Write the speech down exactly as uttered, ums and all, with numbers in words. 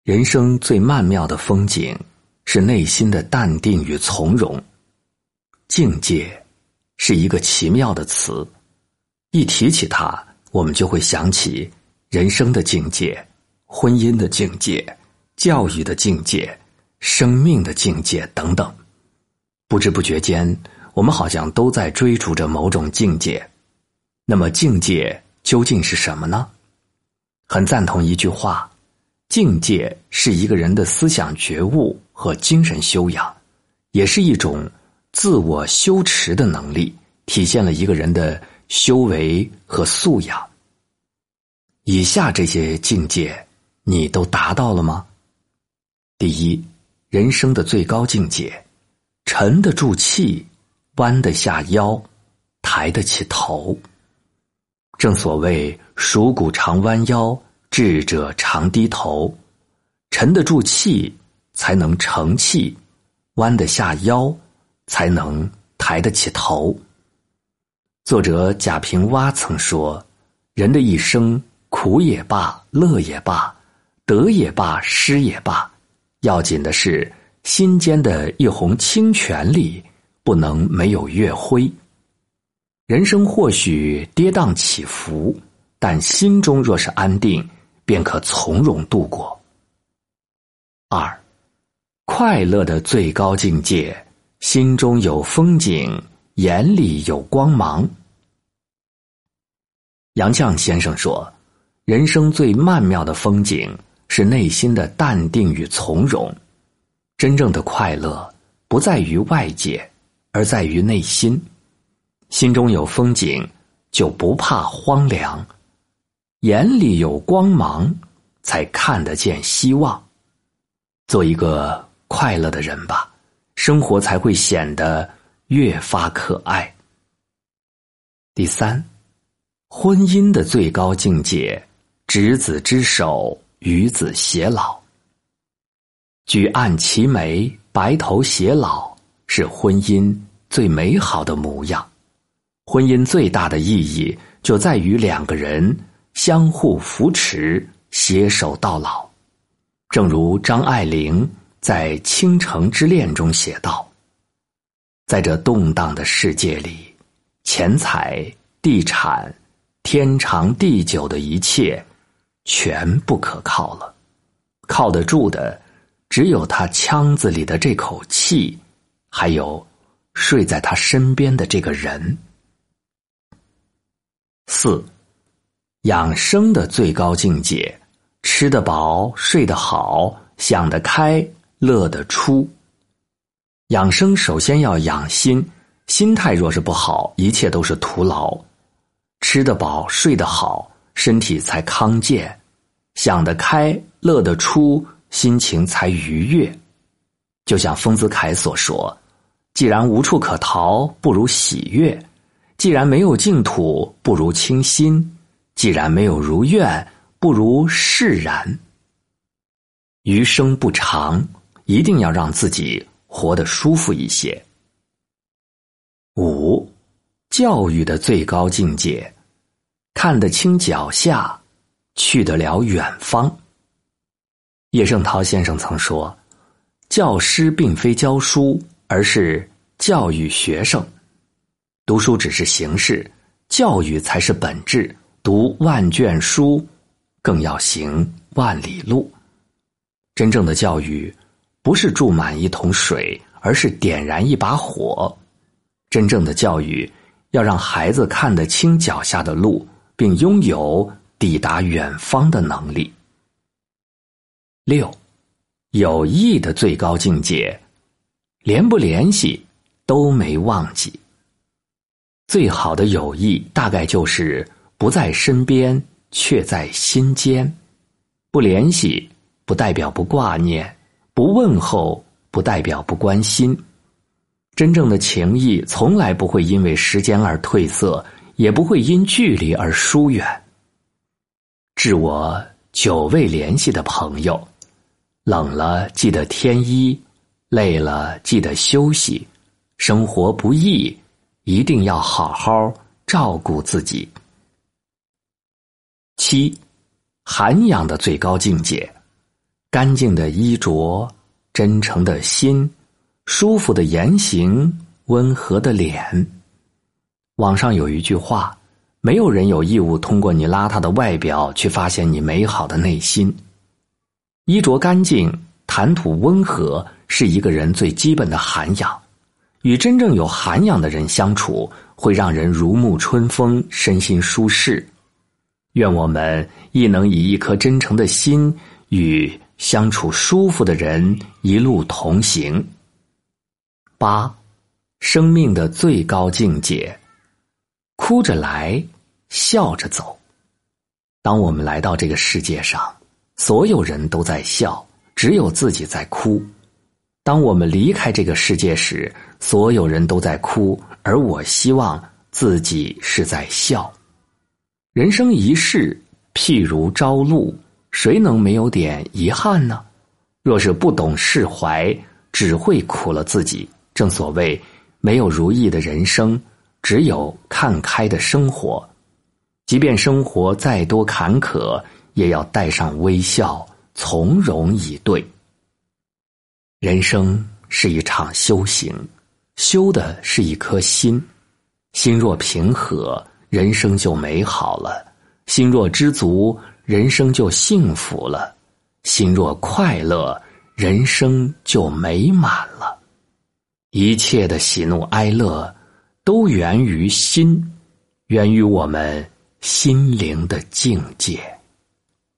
人生最曼妙的风景是内心的淡定与从容。境界是一个奇妙的词，一提起它，我们就会想起人生的境界、婚姻的境界、教育的境界、生命的境界等等。不知不觉间，我们好像都在追逐着某种境界。那么境界究竟是什么呢？很赞同一句话，境界是一个人的思想觉悟和精神修养，也是一种自我修持的能力，体现了一个人的修为和素养。以下这些境界，你都达到了吗？第一，人生的最高境界，沉得住气，弯得下腰，抬得起头。正所谓蜀骨常弯腰，智者常低头。沉得住气才能成器，弯得下腰才能抬得起头。作者贾平凹曾说，人的一生苦也罢，乐也罢，得也罢，失也罢，要紧的是心间的一泓清泉里不能没有月辉。人生或许跌宕起伏，但心中若是安定，便可从容度过。二，快乐的最高境界，心中有风景，眼里有光芒。杨绛先生说，人生最曼妙的风景是内心的淡定与从容。真正的快乐不在于外界，而在于内心。心中有风景，就不怕荒凉；眼里有光芒，才看得见希望。做一个快乐的人吧，生活才会显得越发可爱。第三，婚姻的最高境界，执子之手，与子偕老。举案齐眉，白头偕老，是婚姻最美好的模样。婚姻最大的意义就在于两个人相互扶持，携手到老。正如张爱玲在《倾城之恋》中写道，在这动荡的世界里，钱财、地产、天长地久的一切全不可靠了，靠得住的只有他腔子里的这口气，还有睡在他身边的这个人。四，养生的最高境界，吃得饱，睡得好，想得开，乐得出。养生首先要养心，心态若是不好，一切都是徒劳。吃得饱，睡得好，身体才康健；想得开，乐得出，心情才愉悦。就像丰子恺所说，既然无处可逃，不如喜悦；既然没有净土，不如清心；既然没有如愿，不如释然。余生不长，一定要让自己活得舒服一些。五，教育的最高境界，看得清脚下，去得了远方。叶圣陶先生曾说，教师并非教书，而是教育学生。读书只是形式，教育才是本质。读万卷书，更要行万里路。真正的教育不是注满一桶水，而是点燃一把火。真正的教育要让孩子看得清脚下的路，并拥有抵达远方的能力。六，友谊的最高境界，联不联系都没忘记。最好的友谊大概就是不在身边，却在心间。不联系不代表不挂念，不问候不代表不关心。真正的情谊从来不会因为时间而褪色，也不会因距离而疏远。致我久未联系的朋友，冷了记得添衣，累了记得休息，生活不易，一定要好好照顾自己。七，涵养的最高境界， 干净的衣着，真诚的心，舒服的言行，温和的脸。网上有一句话，没有人有义务通过你邋遢的外表去发现你美好的内心。衣着干净，谈吐温和，是一个人最基本的涵养。与真正有涵养的人相处，会让人如沐春风，身心舒适。愿我们亦能以一颗真诚的心，与相处舒服的人一路同行。八，生命的最高境界，哭着来，笑着走。当我们来到这个世界上，所有人都在笑，只有自己在哭。当我们离开这个世界时，所有人都在哭，而我希望自己是在笑。人生一世，譬如朝露，谁能没有点遗憾呢？若是不懂释怀，只会苦了自己。正所谓，没有如意的人生，只有看开的生活。即便生活再多坎坷，也要带上微笑，从容以对。人生是一场修行，修的是一颗心。心若平和，人生就美好了；心若知足，人生就幸福了；心若快乐，人生就美满了。一切的喜怒哀乐，都源于心，源于我们心灵的境界。